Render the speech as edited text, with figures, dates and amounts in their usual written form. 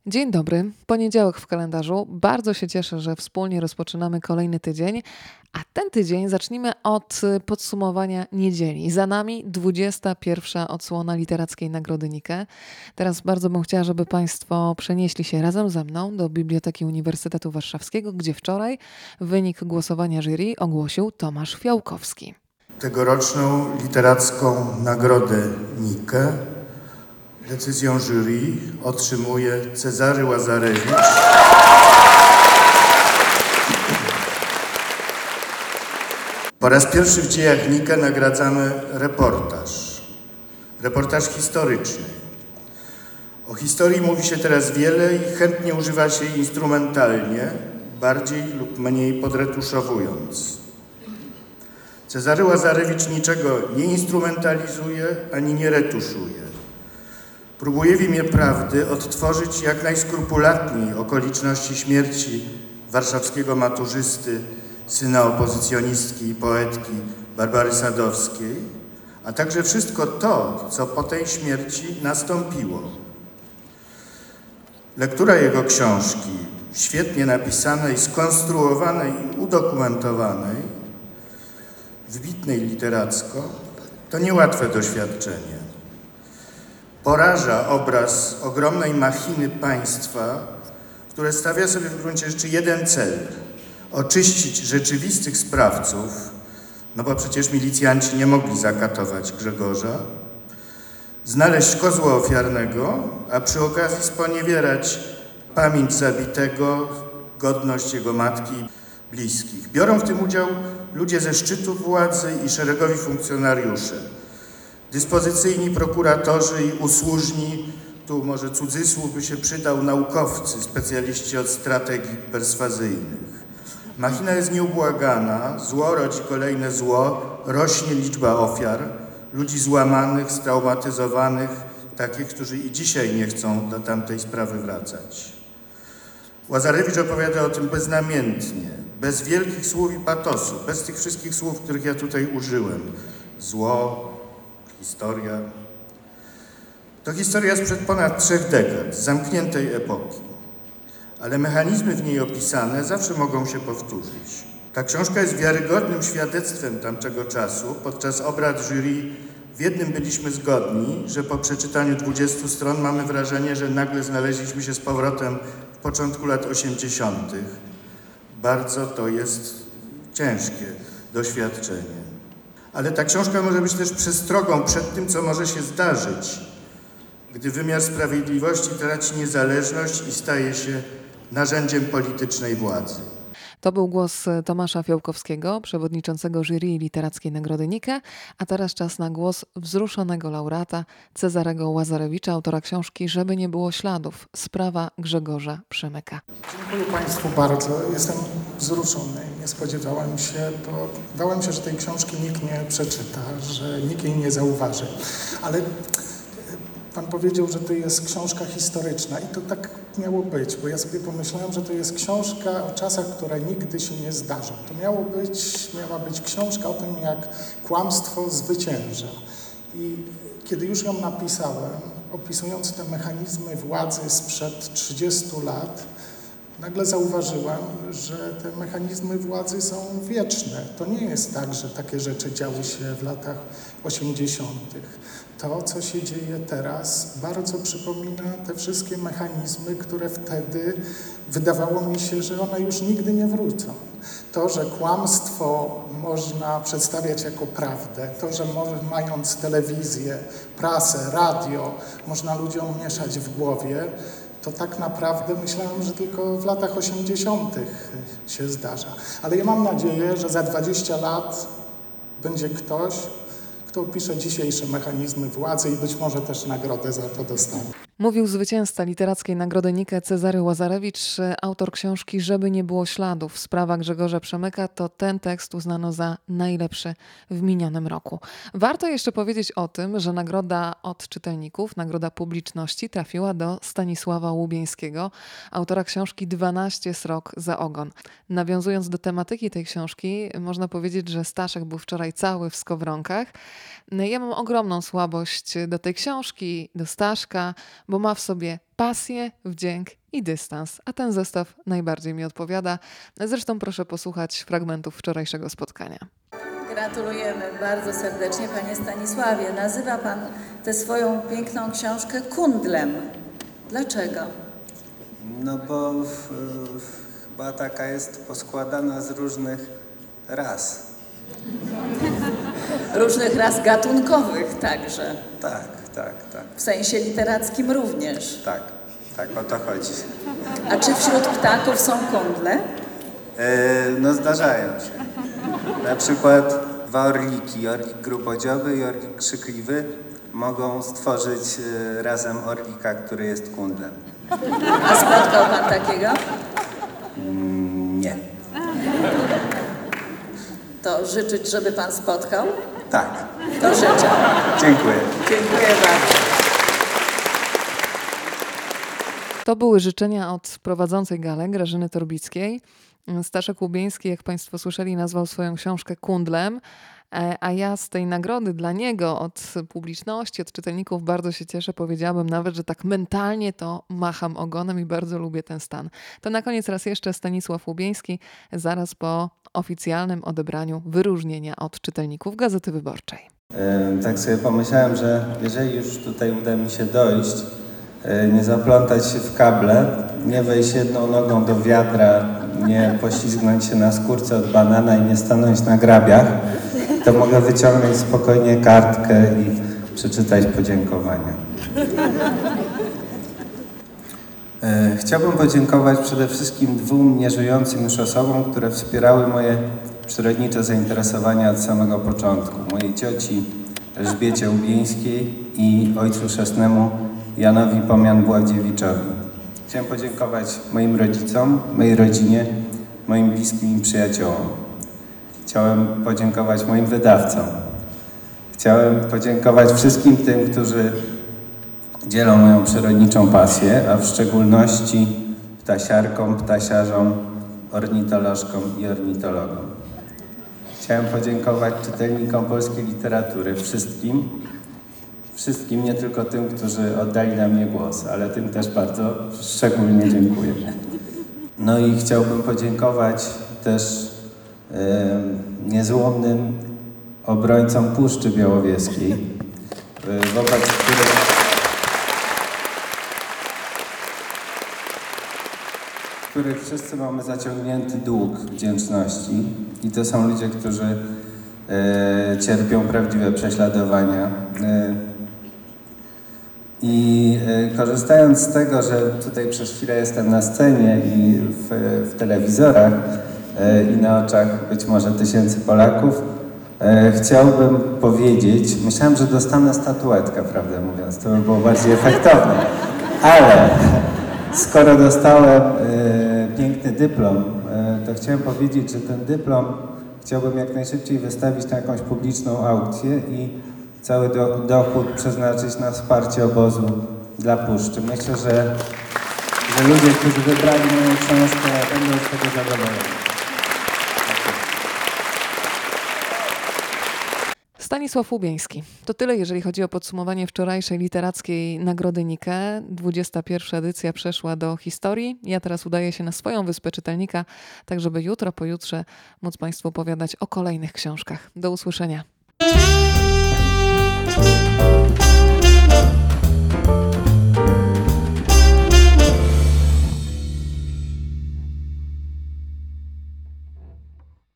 Dzień dobry, poniedziałek w kalendarzu. Bardzo się cieszę, że wspólnie rozpoczynamy kolejny tydzień, a ten tydzień zacznijmy od podsumowania niedzieli. Za nami 21. odsłona Literackiej Nagrody Nike. Teraz bardzo bym chciała, żeby Państwo przenieśli się razem ze mną do Biblioteki Uniwersytetu Warszawskiego, gdzie wczoraj wynik głosowania jury ogłosił Tomasz Fiałkowski. Tegoroczną Literacką Nagrodę Nike decyzją jury otrzymuje Cezary Łazarewicz. Po raz pierwszy w dziejach Nike nagradzamy reportaż historyczny. O historii mówi się teraz wiele i chętnie używa się jej instrumentalnie, bardziej lub mniej podretuszowując. Cezary Łazarewicz niczego nie instrumentalizuje ani nie retuszuje. Próbuje w imię prawdy odtworzyć jak najskrupulatniej okoliczności śmierci warszawskiego maturzysty, syna opozycjonistki i poetki Barbary Sadowskiej, a także wszystko to, co po tej śmierci nastąpiło. Lektura jego książki, świetnie napisanej, skonstruowanej i udokumentowanej, wybitnej literacko, to niełatwe doświadczenie. Poraża obraz ogromnej machiny państwa, które stawia sobie w gruncie rzeczy jeden cel – oczyścić rzeczywistych sprawców, no bo przecież milicjanci nie mogli zakatować Grzegorza, znaleźć kozła ofiarnego, a przy okazji sponiewierać pamięć zabitego, godność jego matki i bliskich. Biorą w tym udział ludzie ze szczytu władzy i szeregowi funkcjonariusze. Dyspozycyjni prokuratorzy i usłużni, tu może cudzysłów by się przydał, naukowcy, specjaliści od strategii perswazyjnych. Machina jest nieubłagana, zło rodzi kolejne zło, rośnie liczba ofiar, ludzi złamanych, straumatyzowanych, takich, którzy i dzisiaj nie chcą do tamtej sprawy wracać. Łazarewicz opowiada o tym beznamiętnie, bez wielkich słów i patosu, bez tych wszystkich słów, których ja tutaj użyłem. Zło, historia. To historia sprzed ponad 3 dekad, z zamkniętej epoki. Ale mechanizmy w niej opisane zawsze mogą się powtórzyć. Ta książka jest wiarygodnym świadectwem tamtego czasu. Podczas obrad jury w jednym byliśmy zgodni, że po przeczytaniu 20 stron mamy wrażenie, że nagle znaleźliśmy się z powrotem w początku lat 80. Bardzo to jest ciężkie doświadczenie. Ale ta książka może być też przestrogą przed tym, co może się zdarzyć, gdy wymiar sprawiedliwości traci niezależność i staje się narzędziem politycznej władzy. To był głos Tomasza Fiałkowskiego, przewodniczącego jury Literackiej Nagrody Nike, a teraz czas na głos wzruszonego laureata Cezarego Łazarewicza, autora książki Żeby nie było śladów. Sprawa Grzegorza Przemyka. Dziękuję Państwu bardzo. Jestem wzruszony. Nie spodziewałem się, bo bałem się, że tej książki nikt nie przeczyta, że nikt jej nie zauważy. Ale Pan powiedział, że to jest książka historyczna i to tak miało być, bo ja sobie pomyślałem, że to jest książka o czasach, które nigdy się nie zdarzą. To miała być książka o tym, jak kłamstwo zwycięża. I kiedy już ją napisałem, opisując te mechanizmy władzy sprzed 30 lat, nagle zauważyłem, że te mechanizmy władzy są wieczne. To nie jest tak, że takie rzeczy działy się w latach 80. To, co się dzieje teraz, bardzo przypomina te wszystkie mechanizmy, które wtedy wydawało mi się, że one już nigdy nie wrócą. To, że kłamstwo można przedstawiać jako prawdę, to, że mając telewizję, prasę, radio, można ludziom mieszać w głowie, to tak naprawdę myślałem, że tylko w latach 80. się zdarza. Ale ja mam nadzieję, że za 20 lat będzie ktoś, kto opisze dzisiejsze mechanizmy władzy i być może też nagrodę za to dostanie. Mówił zwycięzca Literackiej Nagrody Nike Cezary Łazarewicz, autor książki Żeby nie było śladów. Sprawa Grzegorza Przemyka to ten tekst uznano za najlepszy w minionym roku. Warto jeszcze powiedzieć o tym, że nagroda od czytelników, nagroda publiczności trafiła do Stanisława Łubieńskiego, autora książki 12 srok za ogon. Nawiązując do tematyki tej książki, można powiedzieć, że Staszek był wczoraj cały w skowronkach. Ja mam ogromną słabość do tej książki, do Staszka. bo ma w sobie pasję, wdzięk i dystans, a ten zestaw najbardziej mi odpowiada. Zresztą proszę posłuchać fragmentów wczorajszego spotkania. Gratulujemy bardzo serdecznie, panie Stanisławie. Nazywa pan tę swoją piękną książkę kundlem. Dlaczego? No bo chyba taka jest poskładana z różnych ras. Różnych ras gatunkowych także. Tak. W sensie literackim również. Tak, o to chodzi. A czy wśród ptaków są kundle? No zdarzają się. Na przykład dwa orliki, orlik grubodzioby i orlik krzykliwy, mogą stworzyć razem orlika, który jest kundlem. A spotkał pan takiego? Nie. To życzyć, żeby pan spotkał? Tak. To życzę. Dziękuję. Dziękuję bardzo. To były życzenia od prowadzącej galę Grażyny Torbickiej. Staszek Łubieński, jak Państwo słyszeli, nazwał swoją książkę kundlem, a ja z tej nagrody dla niego od publiczności, od czytelników bardzo się cieszę. Powiedziałabym nawet, że tak mentalnie to macham ogonem i bardzo lubię ten stan. To na koniec raz jeszcze Stanisław Łubieński, zaraz po oficjalnym odebraniu wyróżnienia od czytelników Gazety Wyborczej. Tak sobie pomyślałem, że jeżeli już tutaj uda mi się dojść, nie zaplątać się w kable, nie wejść jedną nogą do wiadra, nie poślizgnąć się na skórce od banana i nie stanąć na grabiach, to mogę wyciągnąć spokojnie kartkę i przeczytać podziękowania. Chciałbym podziękować przede wszystkim dwóm nieżyjącym już osobom, które wspierały moje przyrodnicze zainteresowania od samego początku. Mojej cioci Elżbiecie Łubieńskiej i ojcu chrzestnemu Janowi Pomian-Bławdziewiczowi. Chciałem podziękować moim rodzicom, mojej rodzinie, moim bliskim i przyjaciołom. Chciałem podziękować moim wydawcom. Chciałem podziękować wszystkim tym, którzy dzielą moją przyrodniczą pasję, a w szczególności ptasiarkom, ptasiarzom, ornitolożkom i ornitologom. Chciałem podziękować czytelnikom polskiej literatury, wszystkim, nie tylko tym, którzy oddali na mnie głos, ale tym też bardzo szczególnie dziękuję. No i chciałbym podziękować też niezłomnym obrońcom Puszczy Białowieskiej, wobec których wszyscy mamy zaciągnięty dług wdzięczności. I to są ludzie, którzy cierpią prawdziwe prześladowania. I korzystając z tego, że tutaj przez chwilę jestem na scenie i w telewizorach i na oczach być może tysięcy Polaków, chciałbym powiedzieć, myślałem, że dostanę statuetkę, prawdę mówiąc, to by było bardziej efektowne, ale skoro dostałem piękny dyplom, to chciałem powiedzieć, że ten dyplom chciałbym jak najszybciej wystawić na jakąś publiczną aukcję i cały dochód przeznaczyć na wsparcie obozu dla Puszczy. Myślę, że ludzie, którzy wybrali moją książkę, będą z tego zadowoleni. Stanisław Łubieński. To tyle, jeżeli chodzi o podsumowanie wczorajszej literackiej Nagrody Nike. 21. edycja przeszła do historii. Ja teraz udaję się na swoją wyspę czytelnika, tak żeby jutro, pojutrze móc Państwu opowiadać o kolejnych książkach. Do usłyszenia.